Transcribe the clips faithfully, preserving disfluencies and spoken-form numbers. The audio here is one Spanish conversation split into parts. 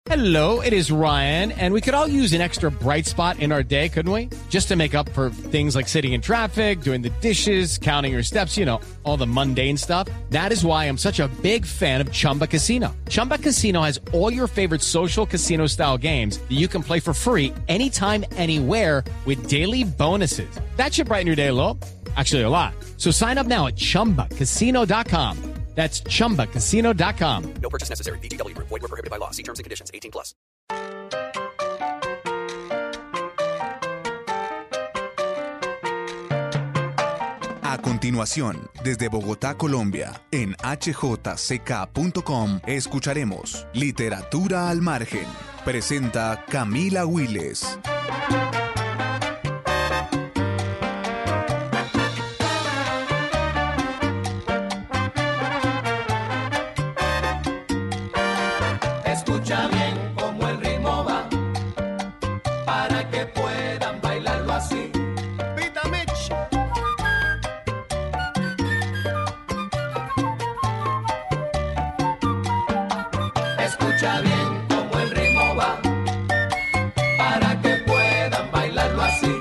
Hello, it is Ryan, and we could all use an extra bright spot in our day, couldn't we? Just to make up for things like sitting in traffic, doing the dishes, counting your steps, you know, all the mundane stuff. That is why I'm such a big fan of Chumba Casino. Chumba Casino has all your favorite social casino-style games that you can play for free anytime, anywhere with daily bonuses. That should brighten your day a little. Actually, a lot. So sign up now at chumba casino dot com. That's chumba casino dot com. No purchase necessary. V G W Group. Void where prohibited by law. See terms and conditions. eighteen plus. A continuación, desde Bogotá, Colombia, en H J C K punto com, escucharemos Literatura al Margen. Presenta Camila Willes. Escucha bien cómo el ritmo va, para que puedan bailarlo así. Pita Mitch. Escucha bien cómo el ritmo va, para que puedan bailarlo así.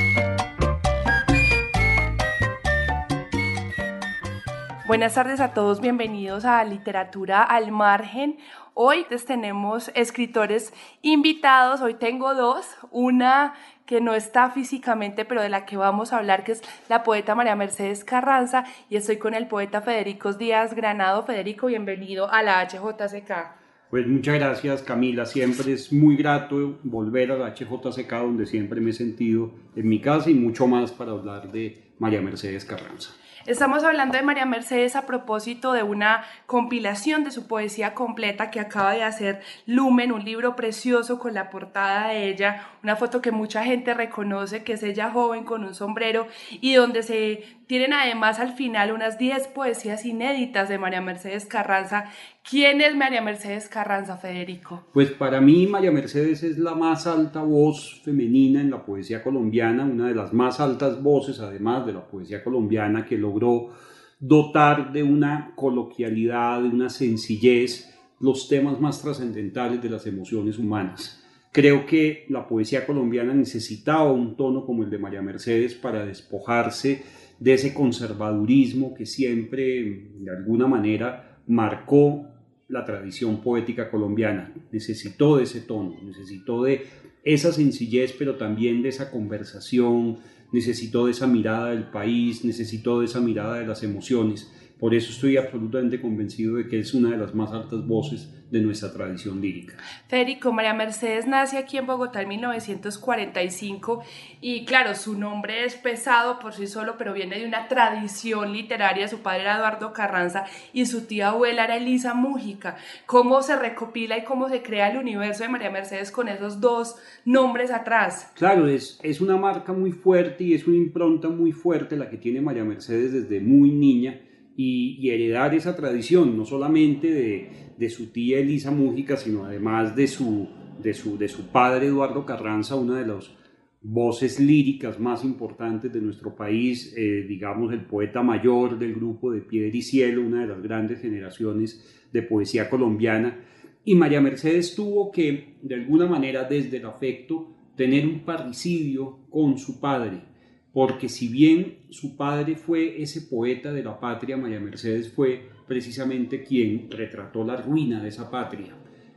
Buenas tardes a todos, bienvenidos a Literatura al Margen. Hoy les tenemos escritores invitados, hoy tengo dos, una que no está físicamente, pero de la que vamos a hablar, que es la poeta María Mercedes Carranza, y estoy con el poeta Federico Díaz Granado. Federico, bienvenido a la H J C K. Pues muchas gracias, Camila, siempre es muy grato volver a la H J C K, donde siempre me he sentido en mi casa, y mucho más para hablar de María Mercedes Carranza. Estamos hablando de María Mercedes a propósito de una compilación de su poesía completa que acaba de hacer Lumen, un libro precioso con la portada de ella, una foto que mucha gente reconoce, que es ella joven con un sombrero, y donde se tienen además al final unas diez poesías inéditas de María Mercedes Carranza. ¿Quién es María Mercedes Carranza, Federico? Pues para mí María Mercedes es la más alta voz femenina en la poesía colombiana, una de las más altas voces además de la poesía colombiana, que logró dotar de una coloquialidad, de una sencillez, los temas más trascendentales de las emociones humanas. Creo que la poesía colombiana necesitaba un tono como el de María Mercedes para despojarse de ese conservadurismo que siempre, de alguna manera, marcó la tradición poética colombiana. Necesitó de ese tono, necesitó de esa sencillez, pero también de esa conversación, necesitó de esa mirada del país, necesitó de esa mirada de las emociones. Por eso estoy absolutamente convencido de que es una de las más altas voces de nuestra tradición lírica. Federico, María Mercedes nace aquí en Bogotá en mil novecientos cuarenta y cinco y claro, su nombre es pesado por sí solo, pero viene de una tradición literaria. Su padre era Eduardo Carranza y su tía abuela era Elisa Múgica. ¿Cómo se recopila y cómo se crea el universo de María Mercedes con esos dos nombres atrás? Claro, es, es una marca muy fuerte y es una impronta muy fuerte la que tiene María Mercedes desde muy niña. Y, y heredar esa tradición, no solamente de, de su tía Elisa Múgica, sino además de su, de, su, de su padre Eduardo Carranza, una de las voces líricas más importantes de nuestro país, eh, digamos el poeta mayor del grupo de Piedra y Cielo, una de las grandes generaciones de poesía colombiana. Y María Mercedes tuvo que, de alguna manera, desde el afecto, tener un parricidio con su padre. Porque si bien su padre fue ese poeta de la patria, María Mercedes fue precisamente quien retrató la ruina de esa patria.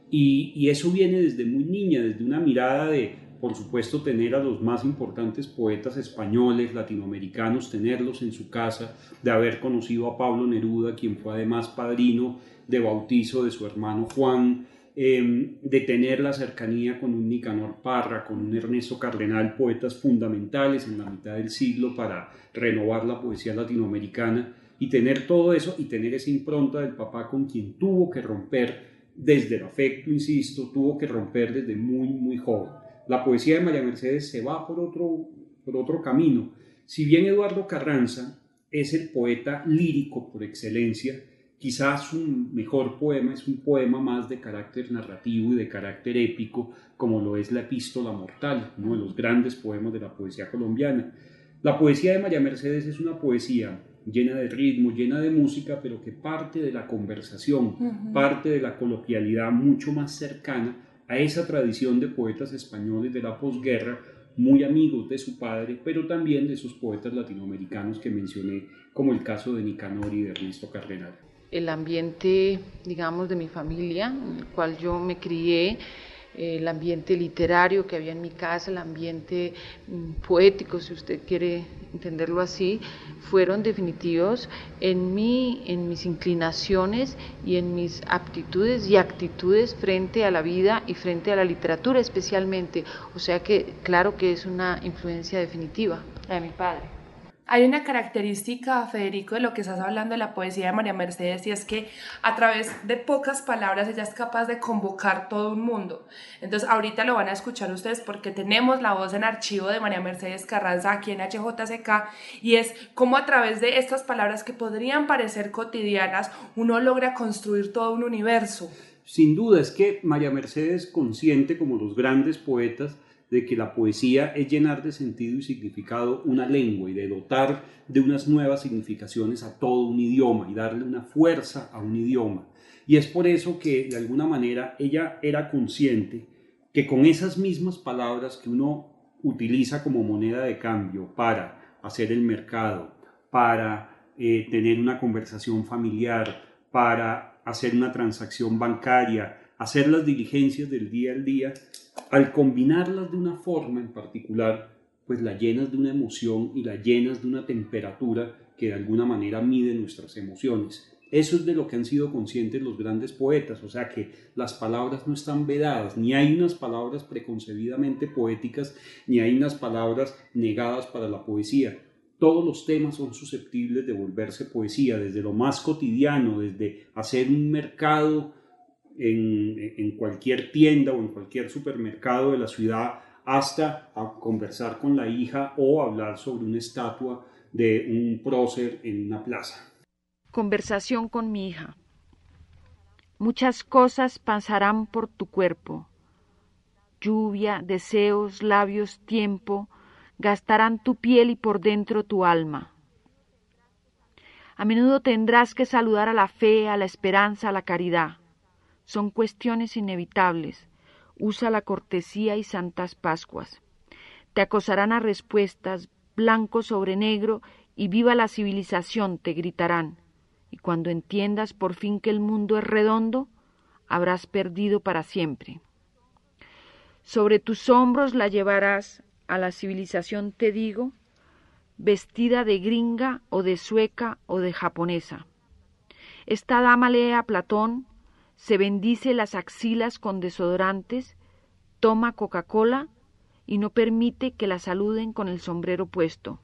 Y, y eso viene desde muy niña, desde una mirada de, por supuesto, tener a los más importantes poetas españoles, latinoamericanos, tenerlos en su casa, de haber conocido a Pablo Neruda, quien fue además padrino de bautizo de su hermano Juan, Eh, de tener la cercanía con un Nicanor Parra, con un Ernesto Cardenal, poetas fundamentales en la mitad del siglo para renovar la poesía latinoamericana, y tener todo eso y tener esa impronta del papá con quien tuvo que romper desde el afecto, insisto, tuvo que romper desde muy, muy joven. La poesía de María Mercedes se va por otro, por otro camino. Si bien Eduardo Carranza es el poeta lírico por excelencia, quizás su mejor poema es un poema más de carácter narrativo y de carácter épico, como lo es la Epístola Mortal, uno de los grandes poemas de la poesía colombiana. La poesía de María Mercedes es una poesía llena de ritmo, llena de música, pero que parte de la conversación, uh-huh. parte de la coloquialidad mucho más cercana a esa tradición de poetas españoles de la posguerra, muy amigos de su padre, pero también de esos poetas latinoamericanos que mencioné, como el caso de Nicanor y de Ernesto Cardenal. El ambiente, digamos, de mi familia, en el cual yo me crié, el ambiente literario que había en mi casa, el ambiente poético, si usted quiere entenderlo así, fueron definitivos en mí, en mis inclinaciones y en mis aptitudes y actitudes frente a la vida y frente a la literatura especialmente. O sea que claro que es una influencia definitiva la de mi padre. Hay una característica, Federico, de lo que estás hablando de la poesía de María Mercedes, y es que a través de pocas palabras ella es capaz de convocar todo un mundo. Entonces ahorita lo van a escuchar ustedes porque tenemos la voz en archivo de María Mercedes Carranza aquí en H J C K, y es cómo a través de estas palabras que podrían parecer cotidianas uno logra construir todo un universo. Sin duda es que María Mercedes, consciente como los grandes poetas, de que la poesía es llenar de sentido y significado una lengua y de dotar de unas nuevas significaciones a todo un idioma y darle una fuerza a un idioma. Y es por eso que de alguna manera ella era consciente que con esas mismas palabras que uno utiliza como moneda de cambio para hacer el mercado, para eh, tener una conversación familiar, para hacer una transacción bancaria, hacer las diligencias del día al día, al combinarlas de una forma en particular, pues la llenas de una emoción y la llenas de una temperatura que de alguna manera mide nuestras emociones. Eso es de lo que han sido conscientes los grandes poetas, o sea que las palabras no están vedadas, ni hay unas palabras preconcebidamente poéticas, ni hay unas palabras negadas para la poesía. Todos los temas son susceptibles de volverse poesía, desde lo más cotidiano, desde hacer un mercado En, en cualquier tienda o en cualquier supermercado de la ciudad, hasta a conversar con la hija o hablar sobre una estatua de un prócer en una plaza. Conversación con mi hija. Muchas cosas pasarán por tu cuerpo. Lluvia, deseos, labios, tiempo, gastarán tu piel y por dentro tu alma. A menudo tendrás que saludar a la fe, a la esperanza, a la caridad. Son cuestiones inevitables. Usa la cortesía y santas pascuas. Te acosarán a respuestas, blanco sobre negro, y viva la civilización, te gritarán. Y cuando entiendas por fin que el mundo es redondo, habrás perdido para siempre. Sobre tus hombros la llevarás a la civilización, te digo, vestida de gringa o de sueca o de japonesa. Esta dama lee a Platón, se bendice las axilas con desodorantes, toma Coca-Cola y no permite que la saluden con el sombrero puesto.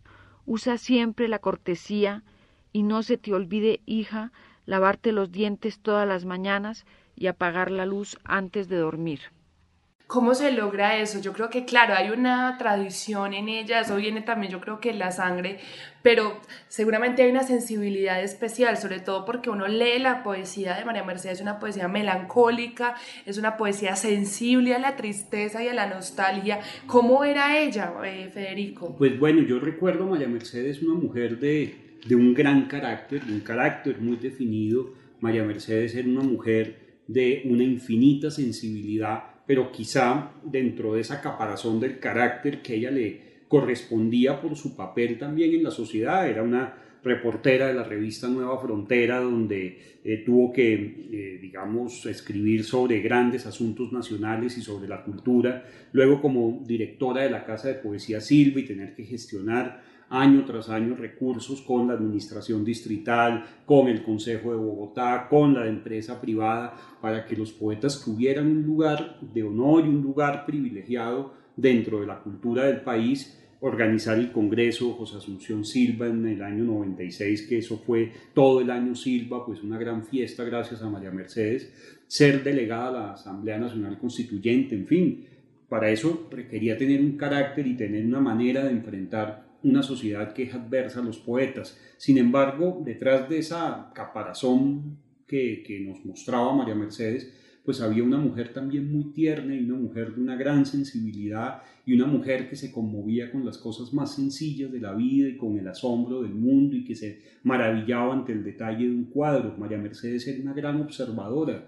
Usa siempre la cortesía y no se te olvide, hija, lavarte los dientes todas las mañanas y apagar la luz antes de dormir. ¿Cómo se logra eso? Yo creo que, claro, hay una tradición en ella, eso viene también, yo creo que en la sangre, pero seguramente hay una sensibilidad especial, sobre todo porque uno lee la poesía de María Mercedes, es una poesía melancólica, es una poesía sensible a la tristeza y a la nostalgia. ¿Cómo era ella, eh, Federico? Pues bueno, yo recuerdo a María Mercedes una mujer de, de un gran carácter, de un carácter muy definido. María Mercedes era una mujer de una infinita sensibilidad, pero quizá dentro de esa caparazón del carácter que ella le correspondía por su papel también en la sociedad. Era una reportera de la revista Nueva Frontera, donde eh, tuvo que, eh, digamos, escribir sobre grandes asuntos nacionales y sobre la cultura. Luego como directora de la Casa de Poesía Silva y tener que gestionar año tras año recursos con la administración distrital, con el Consejo de Bogotá, con la empresa privada, para que los poetas tuvieran un lugar de honor y un lugar privilegiado dentro de la cultura del país. Organizar el Congreso José Asunción Silva en el año noventa y seis, que eso fue todo el año Silva, pues una gran fiesta gracias a María Mercedes. Ser delegada a la Asamblea Nacional Constituyente, en fin, para eso requería tener un carácter y tener una manera de enfrentar una sociedad que es adversa a los poetas. Sin embargo, detrás de esa caparazón que, que nos mostraba María Mercedes, pues había una mujer también muy tierna y una mujer de una gran sensibilidad y una mujer que se conmovía con las cosas más sencillas de la vida y con el asombro del mundo y que se maravillaba ante el detalle de un cuadro. María Mercedes era una gran observadora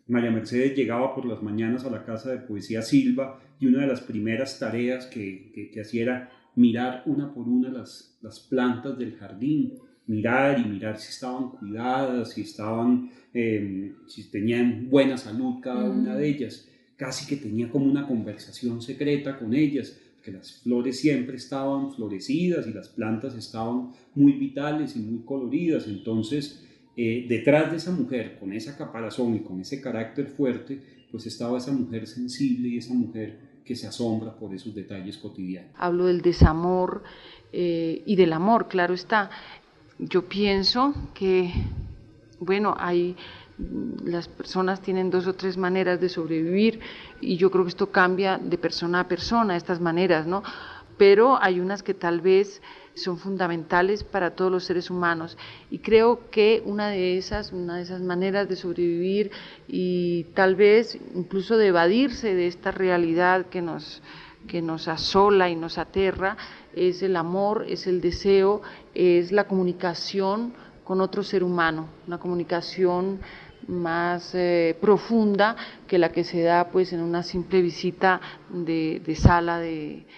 María Mercedes llegaba por las mañanas a la Casa de Poesía Silva y una de las primeras tareas que, que, que hacía era mirar una por una las, las plantas del jardín, mirar y mirar si estaban cuidadas, si, estaban, eh, si tenían buena salud cada mm. una de ellas. Casi que tenía como una conversación secreta con ellas, que las flores siempre estaban florecidas y las plantas estaban muy vitales y muy coloridas. Entonces, Eh, detrás de esa mujer, con esa caparazón y con ese carácter fuerte, pues estaba esa mujer sensible y esa mujer que se asombra por esos detalles cotidianos. Hablo del desamor eh, y del amor, claro está. Yo pienso que, bueno, hay, las personas tienen dos o tres maneras de sobrevivir y yo creo que esto cambia de persona a persona, estas maneras, ¿no? Pero hay unas que tal vez son fundamentales para todos los seres humanos y creo que una de esas, una de esas maneras de sobrevivir y tal vez incluso de evadirse de esta realidad que nos, que nos asola y nos aterra es el amor, es el deseo, es la comunicación con otro ser humano, una comunicación más eh, profunda que la que se da pues en una simple visita de, de sala de,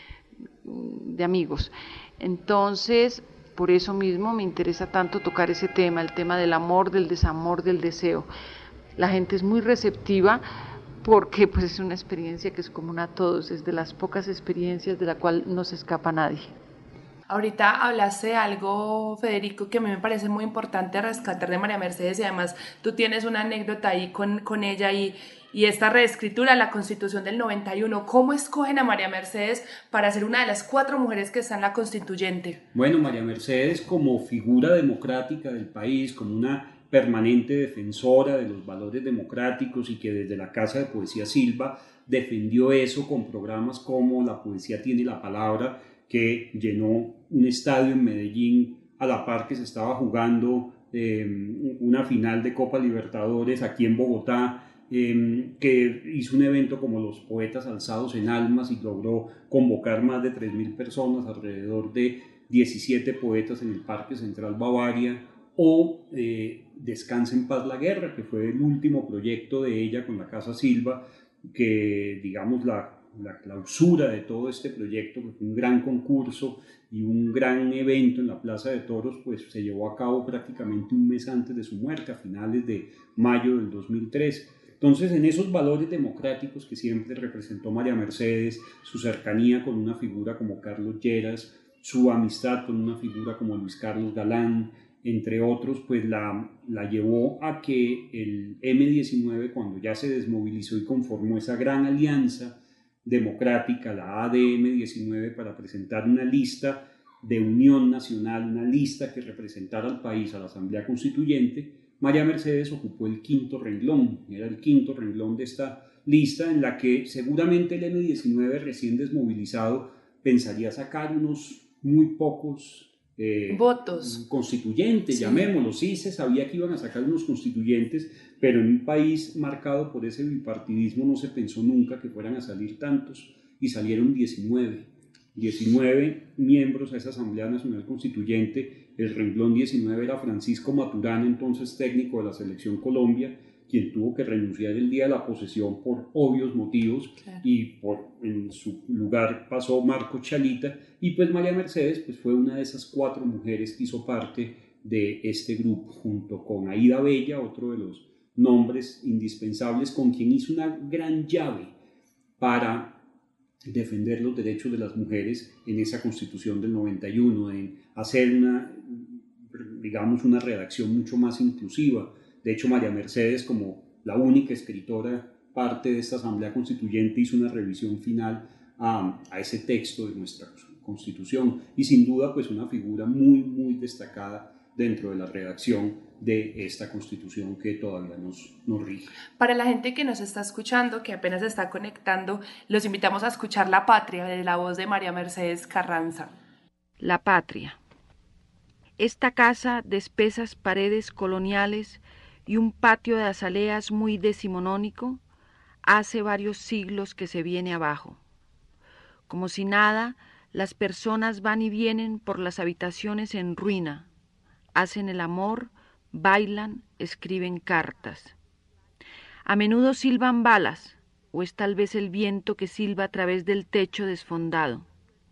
de amigos. Entonces, por eso mismo me interesa tanto tocar ese tema, el tema del amor, del desamor, del deseo. La gente es muy receptiva porque pues es una experiencia que es común a todos, es de las pocas experiencias de la cual no se escapa nadie. Ahorita hablaste de algo, Federico, que a mí me parece muy importante rescatar de María Mercedes y además tú tienes una anécdota ahí con, con ella y, y esta reescritura, la Constitución del noventa y uno. ¿Cómo escogen a María Mercedes para ser una de las cuatro mujeres que está en la Constituyente? Bueno, María Mercedes como figura democrática del país, como una permanente defensora de los valores democráticos y que desde la Casa de Poesía Silva defendió eso con programas como La Poesía Tiene la Palabra, que llenó un estadio en Medellín a la par que se estaba jugando eh, una final de Copa Libertadores aquí en Bogotá, eh, que hizo un evento como los Poetas Alzados en Almas y logró convocar más de tres mil personas, alrededor de diecisiete poetas en el Parque Central Bavaria, o eh, Descansa en Paz la Guerra, que fue el último proyecto de ella con la Casa Silva, que digamos la la clausura de todo este proyecto, que fue un gran concurso y un gran evento en la Plaza de Toros, pues se llevó a cabo prácticamente un mes antes de su muerte, a finales de mayo del dos mil tres. Entonces, en esos valores democráticos que siempre representó María Mercedes, su cercanía con una figura como Carlos Lleras, su amistad con una figura como Luis Carlos Galán, entre otros, pues la, la llevó a que el eme diecinueve, cuando ya se desmovilizó y conformó esa gran alianza democrática, la A D M diecinueve, para presentar una lista de unión nacional, una lista que representara al país a la Asamblea Constituyente, María Mercedes ocupó el quinto renglón, era el quinto renglón de esta lista en la que seguramente el eme diecinueve recién desmovilizado pensaría sacar unos muy pocos eh, votos constituyentes, sí. llamémoslo, sí se sabía que iban a sacar unos constituyentes, pero en un país marcado por ese bipartidismo no se pensó nunca que fueran a salir tantos y salieron diecinueve, diecinueve miembros a esa Asamblea Nacional Constituyente. El renglón diecinueve era Francisco Maturana, entonces técnico de la Selección Colombia, quien tuvo que renunciar el día de la posesión por obvios motivos, claro. y por, en su lugar pasó Marco Chalita, y pues María Mercedes pues fue una de esas cuatro mujeres que hizo parte de este grupo, junto con Aída Bella, otro de los nombres indispensables, con quien hizo una gran llave para defender los derechos de las mujeres en esa Constitución del noventa y uno, en hacer una, digamos, una redacción mucho más inclusiva. De hecho, María Mercedes, como la única escritora parte de esta Asamblea Constituyente, hizo una revisión final a, a ese texto de nuestra Constitución, y sin duda pues una figura muy muy destacada dentro de la redacción de esta Constitución que todavía nos, nos rige. Para la gente que nos está escuchando, que apenas se está conectando, los invitamos a escuchar La Patria, de la voz de María Mercedes Carranza. La Patria. Esta casa de espesas paredes coloniales y un patio de azaleas muy decimonónico, hace varios siglos que se viene abajo. Como si nada, las personas van y vienen por las habitaciones en ruina, hacen el amor, bailan, escriben cartas. A menudo silban balas, o es tal vez el viento que silba a través del techo desfondado.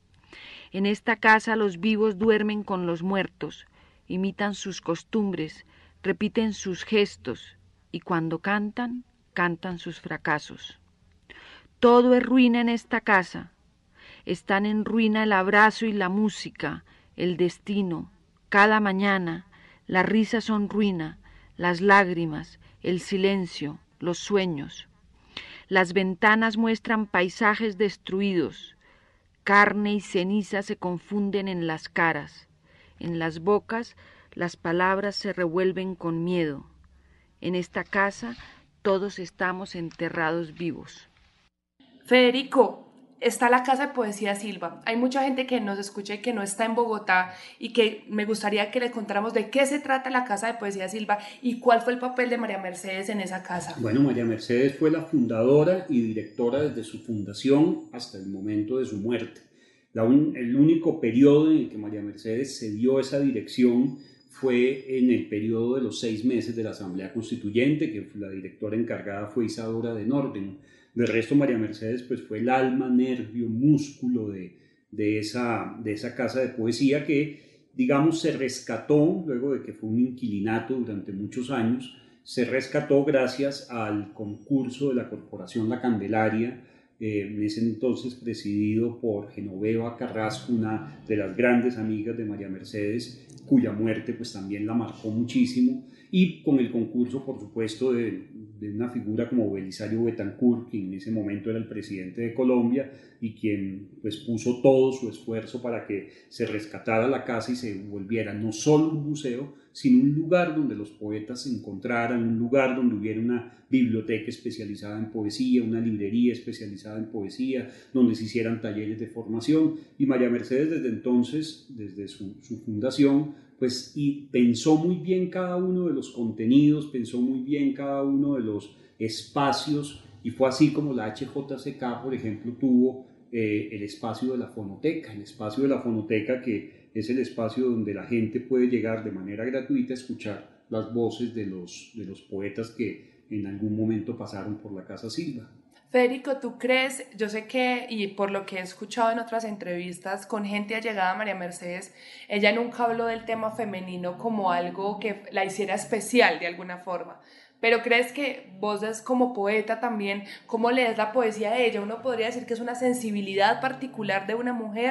En esta casa los vivos duermen con los muertos, imitan sus costumbres, repiten sus gestos, y cuando cantan, cantan sus fracasos. Todo es ruina en esta casa. Están en ruina el abrazo y la música, el destino. Cada mañana, las risas son ruina, las lágrimas, el silencio, los sueños. Las ventanas muestran paisajes destruidos. Carne y ceniza se confunden en las caras. En las bocas, las palabras se revuelven con miedo. En esta casa, todos estamos enterrados vivos. Federico, está la Casa de Poesía Silva. Hay mucha gente que nos escucha y que no está en Bogotá y que me gustaría que le contáramos de qué se trata la Casa de Poesía Silva y cuál fue el papel de María Mercedes en esa casa. Bueno, María Mercedes fue la fundadora y directora desde su fundación hasta el momento de su muerte. La un, el único periodo en el que María Mercedes se dio esa dirección fue en el periodo de los seis meses de la Asamblea Constituyente, que la directora encargada fue Isadora de Norden. Del resto, María Mercedes pues, fue el alma, nervio, músculo de, de, esa, de esa casa de poesía que, digamos, se rescató, luego de que fue un inquilinato durante muchos años, se rescató gracias al concurso de la Corporación La Candelaria, eh, en ese entonces presidido por Genoveva Carrasco, una de las grandes amigas de María Mercedes, cuya muerte pues, también la marcó muchísimo, y con el concurso, por supuesto, de, de una figura como Belisario Betancourt, que en ese momento era el presidente de Colombia y quien pues, puso todo su esfuerzo para que se rescatara la casa y se volviera no solo un museo, sino un lugar donde los poetas se encontraran, un lugar donde hubiera una biblioteca especializada en poesía, una librería especializada en poesía, donde se hicieran talleres de formación. Y María Mercedes desde entonces, desde su, su fundación, pues y pensó muy bien cada uno de los contenidos, pensó muy bien cada uno de los espacios, y fue así como la H J C K, por ejemplo, tuvo eh, el espacio de la fonoteca, el espacio de la fonoteca que es el espacio donde la gente puede llegar de manera gratuita a escuchar las voces de los, de los poetas que en algún momento pasaron por la Casa Silva. Federico, ¿tú crees? Yo sé que, y por lo que he escuchado en otras entrevistas con gente allegada a María Mercedes, ella nunca habló del tema femenino como algo que la hiciera especial de alguna forma. Pero ¿crees que vos como poeta también, cómo lees la poesía de ella? Uno podría decir que es una sensibilidad particular de una mujer.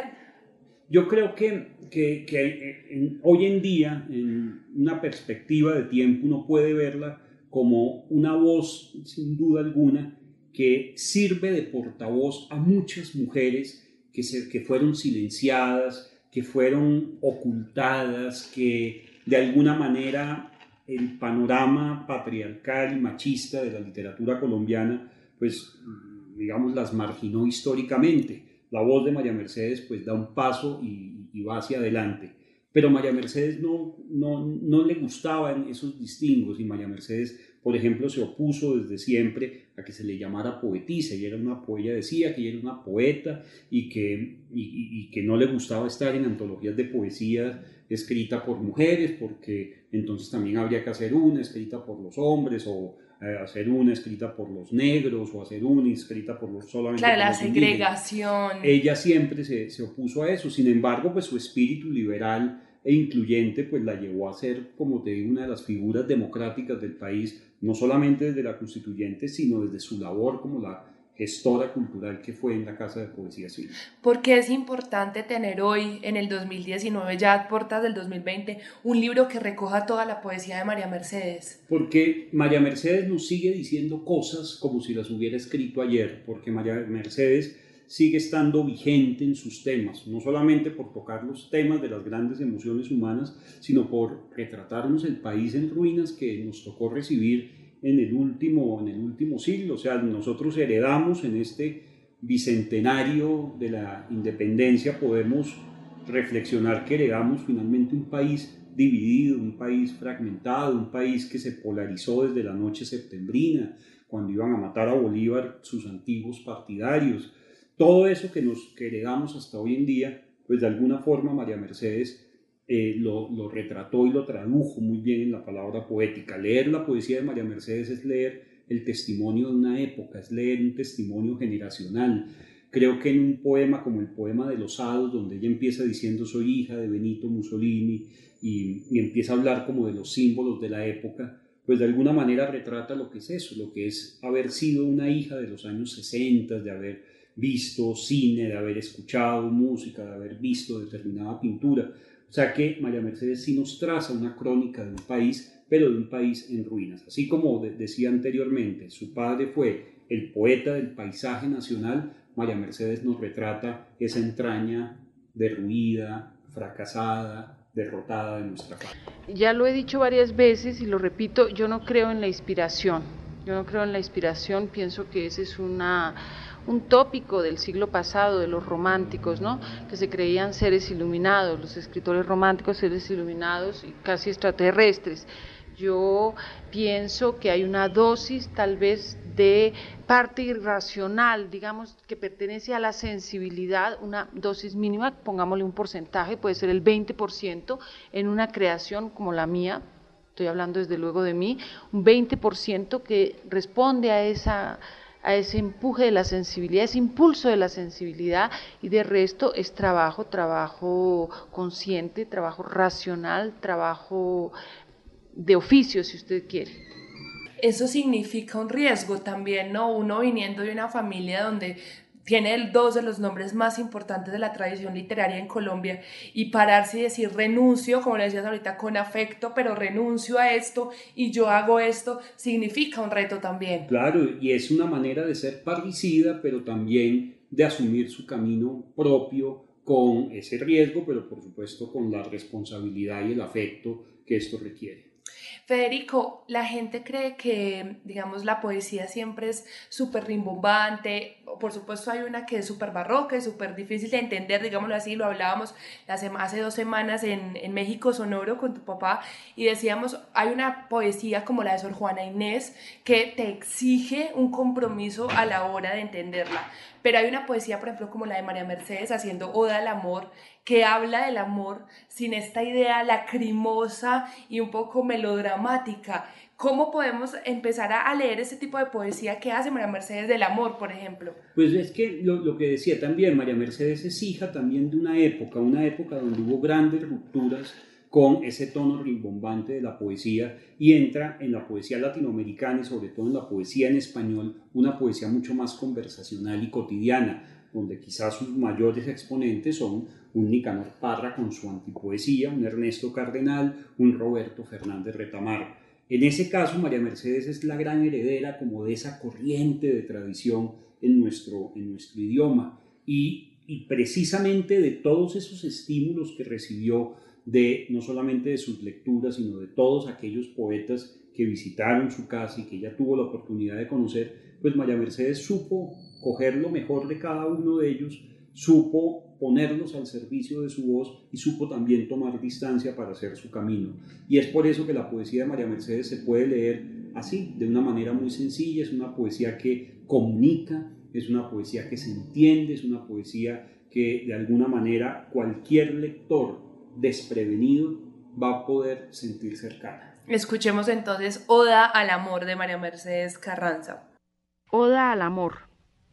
Yo creo que, que, que en, hoy en día, en una perspectiva de tiempo, uno puede verla como una voz, sin duda alguna, que sirve de portavoz a muchas mujeres que, se, que fueron silenciadas, que fueron ocultadas, que de alguna manera el panorama patriarcal y machista de la literatura colombiana, pues, digamos, las marginó históricamente. La voz de María Mercedes, pues, da un paso y, y va hacia adelante. Pero María Mercedes no, no, no le gustaban esos distingos y María Mercedes, por ejemplo, se opuso desde siempre a que se le llamara poetisa. Ella era una poeta, decía que ella era una poeta y que, y, y que no le gustaba estar en antologías de poesía escrita por mujeres, porque entonces también habría que hacer una escrita por los hombres o eh, hacer una escrita por los negros o hacer una escrita por los solamente claro, por la los segregación. indígenas. Ella siempre se, se opuso a eso. Sin embargo, pues su espíritu liberal e incluyente pues la llevó a ser, como te digo, una de las figuras democráticas del país, no solamente desde la constituyente, sino desde su labor como la gestora cultural que fue en la Casa de Poesía Silva. ¿Por qué es importante tener hoy, en el dos mil diecinueve, ya a puertas del dos mil veinte, un libro que recoja toda la poesía de María Mercedes? Porque María Mercedes nos sigue diciendo cosas como si las hubiera escrito ayer, porque María Mercedes sigue estando vigente en sus temas, no solamente por tocar los temas de las grandes emociones humanas, sino por retratarnos el país en ruinas que nos tocó recibir en el último, en el último siglo. O sea, nosotros heredamos en este bicentenario de la independencia, podemos reflexionar que heredamos finalmente un país dividido, un país fragmentado, un país que se polarizó desde la noche septembrina, cuando iban a matar a Bolívar sus antiguos partidarios. Todo eso que nos que heredamos hasta hoy en día, pues de alguna forma María Mercedes eh, lo, lo retrató y lo tradujo muy bien en la palabra poética. Leer la poesía de María Mercedes es leer el testimonio de una época, es leer un testimonio generacional. Creo que en un poema como el poema de los Hados, donde ella empieza diciendo soy hija de Benito Mussolini y, y empieza a hablar como de los símbolos de la época, pues de alguna manera retrata lo que es eso, lo que es haber sido una hija de los años sesenta, de haber visto cine, de haber escuchado música, de haber visto determinada pintura. O sea que María Mercedes sí nos traza una crónica de un país, pero de un país en ruinas. Así como de- decía anteriormente, su padre fue el poeta del paisaje nacional, María Mercedes nos retrata esa entraña derruida, fracasada, derrotada de nuestra patria. Ya lo he dicho varias veces y lo repito, yo no creo en la inspiración. Yo no creo en la inspiración, pienso que ese es una, un tópico del siglo pasado, de los románticos, ¿no? Que se creían seres iluminados, los escritores románticos, seres iluminados y casi extraterrestres. Yo pienso que hay una dosis tal vez de parte irracional, digamos, que pertenece a la sensibilidad, una dosis mínima, pongámosle un porcentaje, puede ser el veinte por ciento en una creación como la mía, estoy hablando desde luego de mí, un veinte por ciento que responde a esa a ese empuje de la sensibilidad, ese impulso de la sensibilidad, y de resto es trabajo, trabajo consciente, trabajo racional, trabajo de oficio, si usted quiere. Eso significa un riesgo también, ¿no? Uno viniendo de una familia donde tiene el dos de los nombres más importantes de la tradición literaria en Colombia, y pararse y decir renuncio, como le decías ahorita, con afecto, pero renuncio a esto y yo hago esto, significa un reto también. Claro, y es una manera de ser parricida, pero también de asumir su camino propio con ese riesgo, pero por supuesto con la responsabilidad y el afecto que esto requiere. Federico, la gente cree que, digamos, la poesía siempre es súper rimbombante. Por supuesto hay una que es súper barroca, es súper difícil de entender, digámoslo así. Lo hablábamos la sema- hace dos semanas en, en México Sonoro con tu papá, y decíamos, hay una poesía como la de Sor Juana Inés que te exige un compromiso a la hora de entenderla. Pero hay una poesía, por ejemplo, como la de María Mercedes haciendo Oda al Amor, que habla del amor sin esta idea lacrimosa y un poco melodramática. ¿Cómo podemos empezar a leer ese tipo de poesía que hace María Mercedes del amor, por ejemplo? Pues es que lo, lo que decía también, María Mercedes es hija también de una época, una época donde hubo grandes rupturas con ese tono rimbombante de la poesía, y entra en la poesía latinoamericana y sobre todo en la poesía en español, una poesía mucho más conversacional y cotidiana, donde quizás sus mayores exponentes son un Nicanor Parra con su antipoesía, un Ernesto Cardenal, un Roberto Fernández Retamar. En ese caso, María Mercedes es la gran heredera como de esa corriente de tradición en nuestro, en nuestro idioma, y, y precisamente de todos esos estímulos que recibió, de no solamente de sus lecturas, sino de todos aquellos poetas que visitaron su casa y que ella tuvo la oportunidad de conocer, pues María Mercedes supo coger lo mejor de cada uno de ellos, supo ponerlos al servicio de su voz y supo también tomar distancia para hacer su camino. Y es por eso que la poesía de María Mercedes se puede leer así, de una manera muy sencilla. Es una poesía que comunica, es una poesía que se entiende, es una poesía que de alguna manera cualquier lector desprevenido va a poder sentir cercana. Escuchemos entonces Oda al Amor de María Mercedes Carranza. Oda al amor.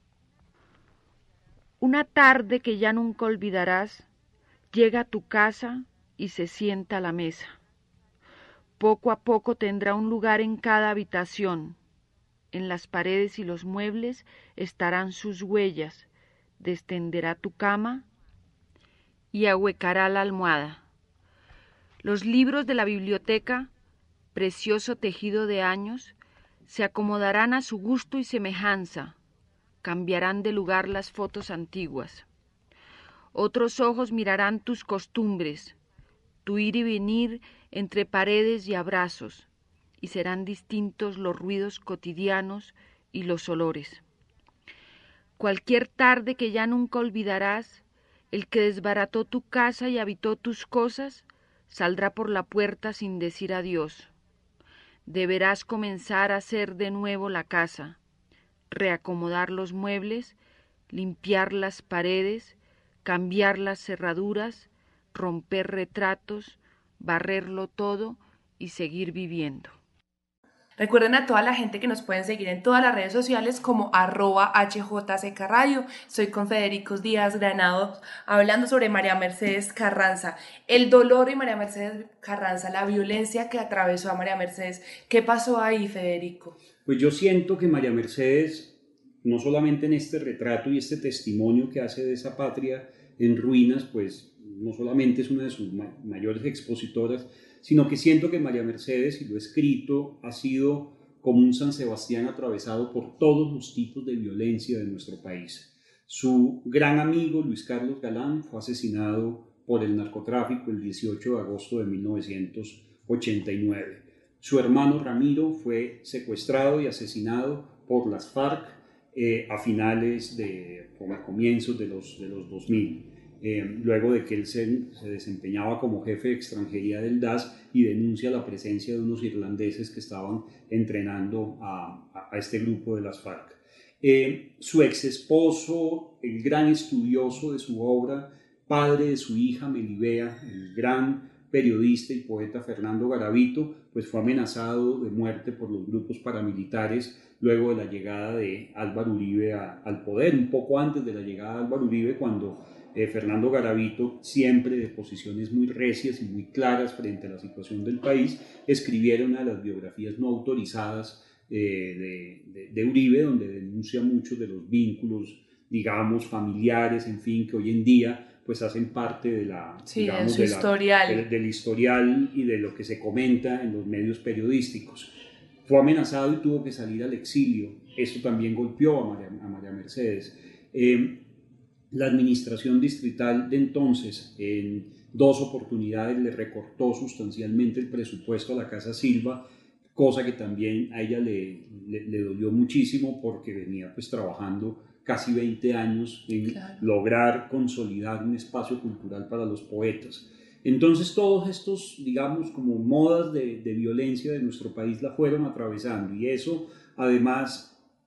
Una tarde que ya nunca olvidarás, llega a tu casa y se sienta a la mesa. Poco a poco tendrá un lugar en cada habitación. En las paredes y los muebles estarán sus huellas. Destenderá tu cama y ahuecará la almohada. Los libros de la biblioteca, precioso tejido de años, se acomodarán a su gusto y semejanza, cambiarán de lugar las fotos antiguas. Otros ojos mirarán tus costumbres, tu ir y venir entre paredes y abrazos, y serán distintos los ruidos cotidianos y los olores. Cualquier tarde que ya nunca olvidarás, el que desbarató tu casa y habitó tus cosas, saldrá por la puerta sin decir adiós. Deberás comenzar a hacer de nuevo la casa, reacomodar los muebles, limpiar las paredes, cambiar las cerraduras, romper retratos, barrerlo todo y seguir viviendo. Recuerden a toda la gente que nos pueden seguir en todas las redes sociales como arroba H J C K Radio. Soy con Federico Díaz Granados hablando sobre María Mercedes Carranza. El dolor de María Mercedes Carranza, la violencia que atravesó a María Mercedes. ¿Qué pasó ahí, Federico? Pues yo siento que María Mercedes, no solamente en este retrato y este testimonio que hace de esa patria en ruinas, pues no solamente es una de sus ma- mayores expositoras, sino que siento que María Mercedes, y lo he escrito, ha sido como un San Sebastián atravesado por todos los tipos de violencia de nuestro país. Su gran amigo Luis Carlos Galán fue asesinado por el narcotráfico el dieciocho de agosto de mil novecientos ochenta y nueve. Su hermano Ramiro fue secuestrado y asesinado por las FARC eh, a finales de, como a comienzos de los, de los dos mil. Eh, luego de que él se, se desempeñaba como jefe de extranjería del D A S y denuncia la presencia de unos irlandeses que estaban entrenando a, a, a este grupo de las FARC. Eh, su ex esposo, el gran estudioso de su obra, padre de su hija Melibea, el gran periodista y poeta Fernando Garavito, pues fue amenazado de muerte por los grupos paramilitares luego de la llegada de Álvaro Uribe a, al poder, un poco antes de la llegada de Álvaro Uribe, cuando Eh, Fernando Garavito, siempre de posiciones muy recias y muy claras frente a la situación del país, escribiera una de las biografías no autorizadas eh, de, de, de Uribe, donde denuncia muchos de los vínculos, digamos, familiares, en fin, que hoy en día pues hacen parte de la, sí, digamos, de su de la, historial. de, del historial y de lo que se comenta en los medios periodísticos. Fue amenazado y tuvo que salir al exilio. Esto también golpeó a María, a María Mercedes. Eh, La administración distrital de entonces, en dos oportunidades, le recortó sustancialmente el presupuesto a la Casa Silva, cosa que también a ella le, le, le dolió muchísimo porque venía pues trabajando casi veinte años en claro. lograr consolidar un espacio cultural para los poetas. Entonces todos estos, digamos, como modas de, de violencia de nuestro país la fueron atravesando, y eso además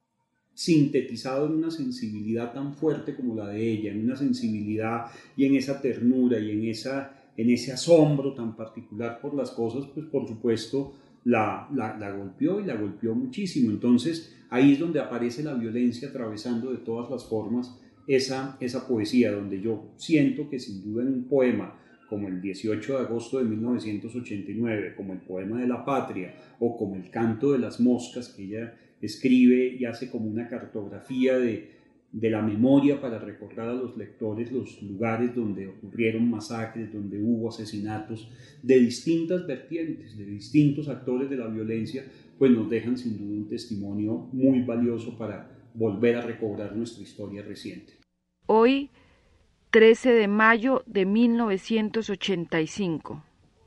sintetizado en una sensibilidad tan fuerte como la de ella, en una sensibilidad y en esa ternura y en, esa, en ese asombro tan particular por las cosas, pues por supuesto la, la, la golpeó y la golpeó muchísimo. Entonces ahí es donde aparece la violencia atravesando de todas las formas esa, esa poesía, donde yo siento que sin duda en un poema como el dieciocho de agosto de mil novecientos ochenta y nueve, como el poema de la patria o como el canto de las moscas, que ella escribe y hace como una cartografía de, de la memoria para recordar a los lectores los lugares donde ocurrieron masacres, donde hubo asesinatos de distintas vertientes, de distintos actores de la violencia, pues nos dejan sin duda un testimonio muy valioso para volver a recobrar nuestra historia reciente. Hoy, trece de mayo de mil novecientos ochenta y cinco.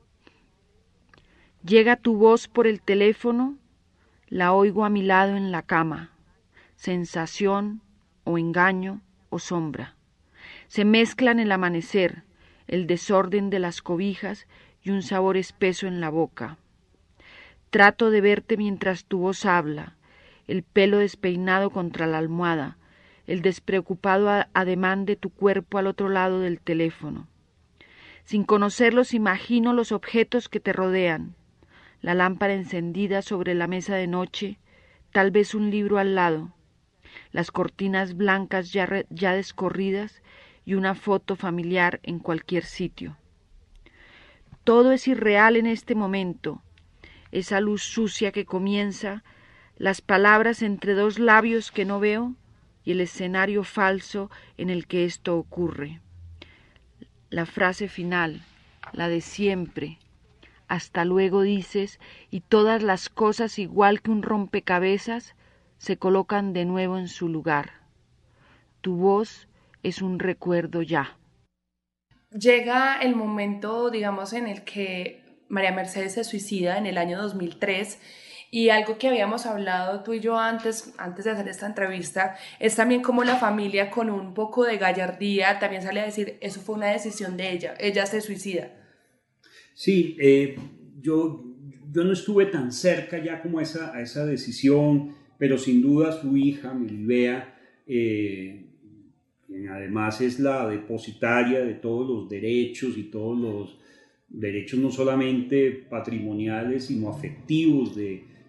Llega tu voz por el teléfono, la oigo a mi lado en la cama, sensación o engaño o sombra. Se mezclan el amanecer, el desorden de las cobijas y un sabor espeso en la boca. Trato de verte mientras tu voz habla, el pelo despeinado contra la almohada, el despreocupado ademán de tu cuerpo al otro lado del teléfono. Sin conocerlos imagino los objetos que te rodean, la lámpara encendida sobre la mesa de noche, tal vez un libro al lado, las cortinas blancas ya, re, ya descorridas y una foto familiar en cualquier sitio. Todo es irreal en este momento, esa luz sucia que comienza, las palabras entre dos labios que no veo y el escenario falso en el que esto ocurre. La frase final, la de siempre, hasta luego dices, y todas las cosas, igual que un rompecabezas, se colocan de nuevo en su lugar. Tu voz es un recuerdo ya. Llega el momento, digamos, en el que María Mercedes se suicida en el año dos mil tres, y algo que habíamos hablado tú y yo antes, antes de hacer esta entrevista, es también como la familia con un poco de gallardía también sale a decir, eso fue una decisión de ella, ella se suicida. Sí, eh, yo, yo no estuve tan cerca ya como a esa, a esa decisión, pero sin duda su hija, Melibea, eh, quien además es la depositaria de todos los derechos y todos los derechos no solamente patrimoniales, sino afectivos de,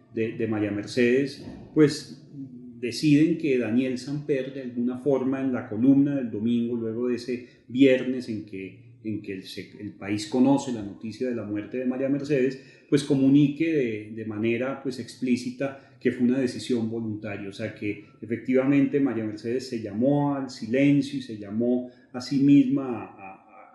de, de María Mercedes, pues deciden que Daniel Samper, de alguna forma, en la columna del domingo, luego de ese viernes en que, en que el, el país conoce la noticia de la muerte de María Mercedes, pues comunique de, de manera pues, explícita que fue una decisión voluntaria, o sea que efectivamente María Mercedes se llamó al silencio y se llamó a sí misma a,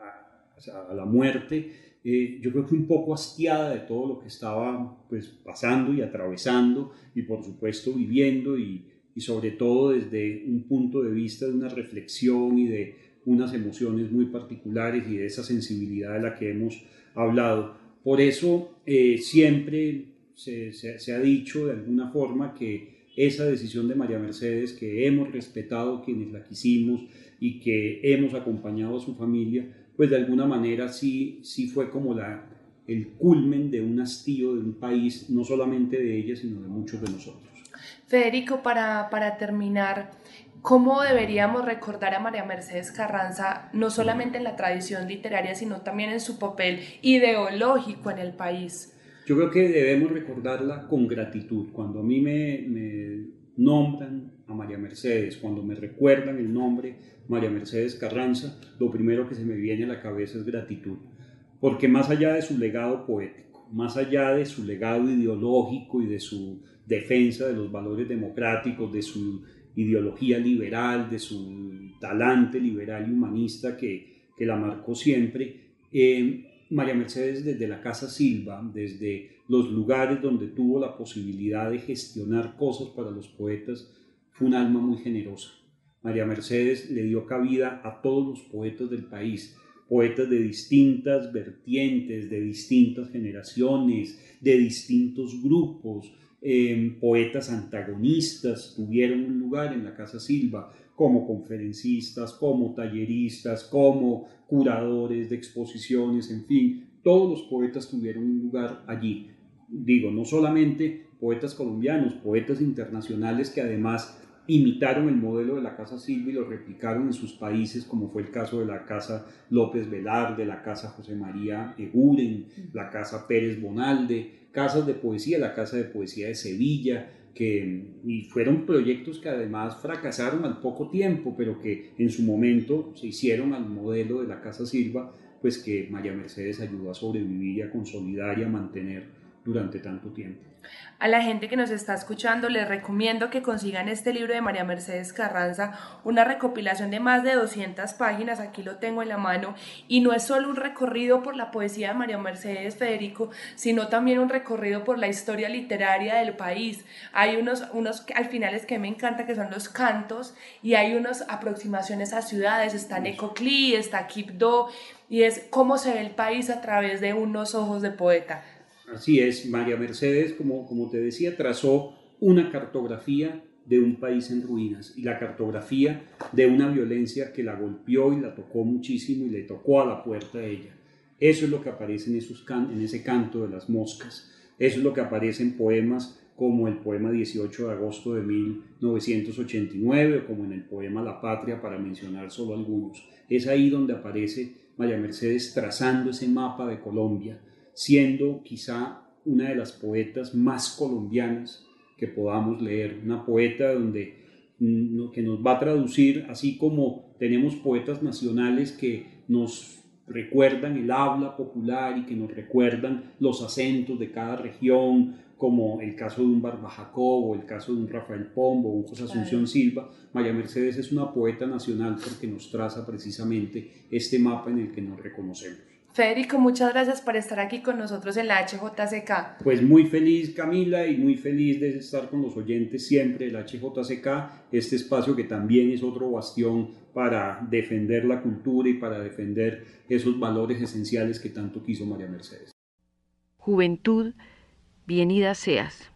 a, a, a la muerte. Eh, yo creo que un poco hastiada de todo lo que estaba pues, pasando y atravesando y por supuesto viviendo y, y sobre todo desde un punto de vista de una reflexión y de unas emociones muy particulares y de esa sensibilidad de la que hemos hablado. Por eso eh, siempre se, se, se ha dicho de alguna forma que esa decisión de María Mercedes, que hemos respetado quienes la quisimos y que hemos acompañado a su familia, pues de alguna manera sí, sí fue como la, el culmen de un hastío de un país, no solamente de ella, sino de muchos de nosotros. Federico, para, para terminar, ¿cómo deberíamos recordar a María Mercedes Carranza, no solamente en la tradición literaria, sino también en su papel ideológico en el país? Yo creo que debemos recordarla con gratitud. Cuando a mí me, me nombran a María Mercedes, cuando me recuerdan el nombre María Mercedes Carranza, lo primero que se me viene a la cabeza es gratitud, porque más allá de su legado poético, más allá de su legado ideológico y de su defensa de los valores democráticos, de su ideología liberal, de su talante liberal y humanista que, que la marcó siempre, eh, María Mercedes desde la Casa Silva, desde los lugares donde tuvo la posibilidad de gestionar cosas para los poetas, fue un alma muy generosa. María Mercedes le dio cabida a todos los poetas del país, poetas de distintas vertientes, de distintas generaciones, de distintos grupos, eh, poetas antagonistas tuvieron un lugar en la Casa Silva, como conferencistas, como talleristas, como curadores de exposiciones, en fin, todos los poetas tuvieron un lugar allí. Digo, no solamente poetas colombianos, poetas internacionales que además imitaron el modelo de la Casa Silva y lo replicaron en sus países, como fue el caso de la Casa López Velar, de la Casa José María Eguren, la Casa Pérez Bonalde, casas de poesía, la Casa de Poesía de Sevilla, que y fueron proyectos que además fracasaron al poco tiempo, pero que en su momento se hicieron al modelo de la Casa Silva, pues que María Mercedes ayudó a sobrevivir y a consolidar y a mantener durante tanto tiempo. A la gente que nos está escuchando les recomiendo que consigan este libro de María Mercedes Carranza, una recopilación de más de doscientas páginas, aquí lo tengo en la mano, y no es solo un recorrido por la poesía de María Mercedes, Federico, sino también un recorrido por la historia literaria del país. Hay unos, unos al finales que me encanta, que son los cantos, y hay unas aproximaciones a ciudades, está Necoclí, está Quibdó, y es cómo se ve el país a través de unos ojos de poeta. Así es, María Mercedes, como, como te decía, trazó una cartografía de un país en ruinas y la cartografía de una violencia que la golpeó y la tocó muchísimo y le tocó a la puerta a ella. Eso es lo que aparece en, esos can- en ese canto de las moscas, eso es lo que aparece en poemas como el poema dieciocho de agosto de mil novecientos ochenta y nueve o como en el poema La Patria, para mencionar solo algunos. Es ahí donde aparece María Mercedes trazando ese mapa de Colombia, siendo quizá una de las poetas más colombianas que podamos leer, una poeta donde, que nos va a traducir, así como tenemos poetas nacionales que nos recuerdan el habla popular y que nos recuerdan los acentos de cada región, como el caso de un Barba Jacob o el caso de un Rafael Pombo o un José Asunción Silva. María Mercedes es una poeta nacional porque nos traza precisamente este mapa en el que nos reconocemos. Federico, muchas gracias por estar aquí con nosotros en la H J C K. Pues muy feliz, Camila, y muy feliz de estar con los oyentes siempre del H J C K, este espacio que también es otro bastión para defender la cultura y para defender esos valores esenciales que tanto quiso María Mercedes. Juventud, bienvenida seas.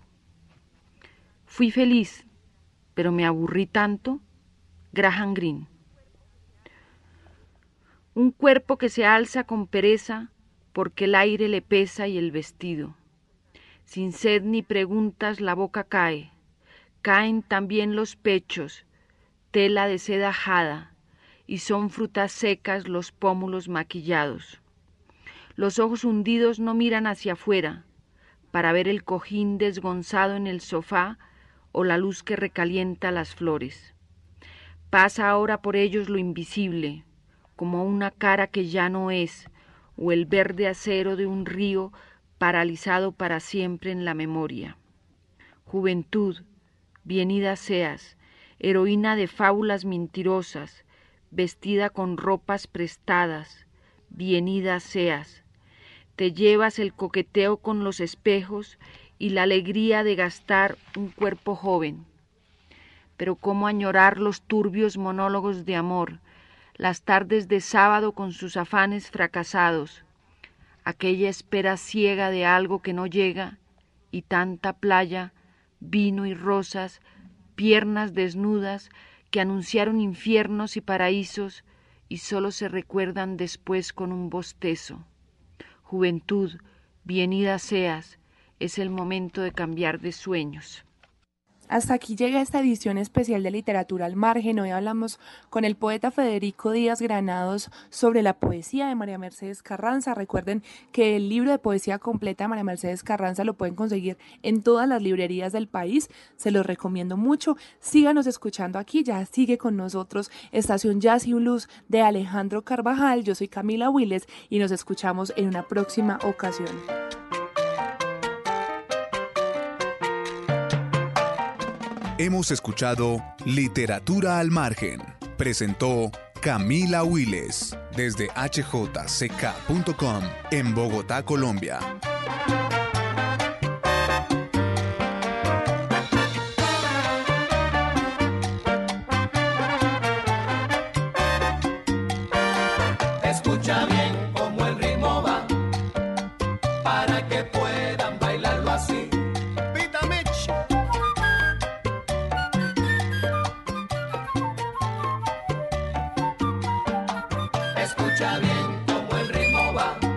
Fui feliz, pero me aburrí tanto. Graham Greene. Un cuerpo que se alza con pereza porque el aire le pesa y el vestido. Sin sed ni preguntas la boca cae, caen también los pechos, tela de seda ajada, y son frutas secas los pómulos maquillados. Los ojos hundidos no miran hacia afuera, para ver el cojín desgonzado en el sofá o la luz que recalienta las flores. Pasa ahora por ellos lo invisible, como una cara que ya no es, o el verde acero de un río paralizado para siempre en la memoria. Juventud, bienida seas, heroína de fábulas mentirosas, vestida con ropas prestadas, bienida seas. Te llevas el coqueteo con los espejos y la alegría de gastar un cuerpo joven. Pero cómo añorar los turbios monólogos de amor, las tardes de sábado con sus afanes fracasados, aquella espera ciega de algo que no llega, y tanta playa, vino y rosas, piernas desnudas que anunciaron infiernos y paraísos y sólo se recuerdan después con un bostezo. Juventud, bienida seas, es el momento de cambiar de sueños. Hasta aquí llega esta edición especial de Literatura al Margen. Hoy hablamos con el poeta Federico Díaz Granados sobre la poesía de María Mercedes Carranza. Recuerden que el libro de poesía completa de María Mercedes Carranza lo pueden conseguir en todas las librerías del país. Se los recomiendo mucho. Síganos escuchando aquí. Ya sigue con nosotros Estación Jazz y Blues de Alejandro Carvajal. Yo soy Camila Willes y nos escuchamos en una próxima ocasión. Hemos escuchado Literatura al Margen. Presentó Camila Willes desde H J C K punto com en Bogotá, Colombia. Escucha bien cómo el ritmo va, para que puedan bailarlo así. Pita Mitch. Escucha bien cómo el ritmo va.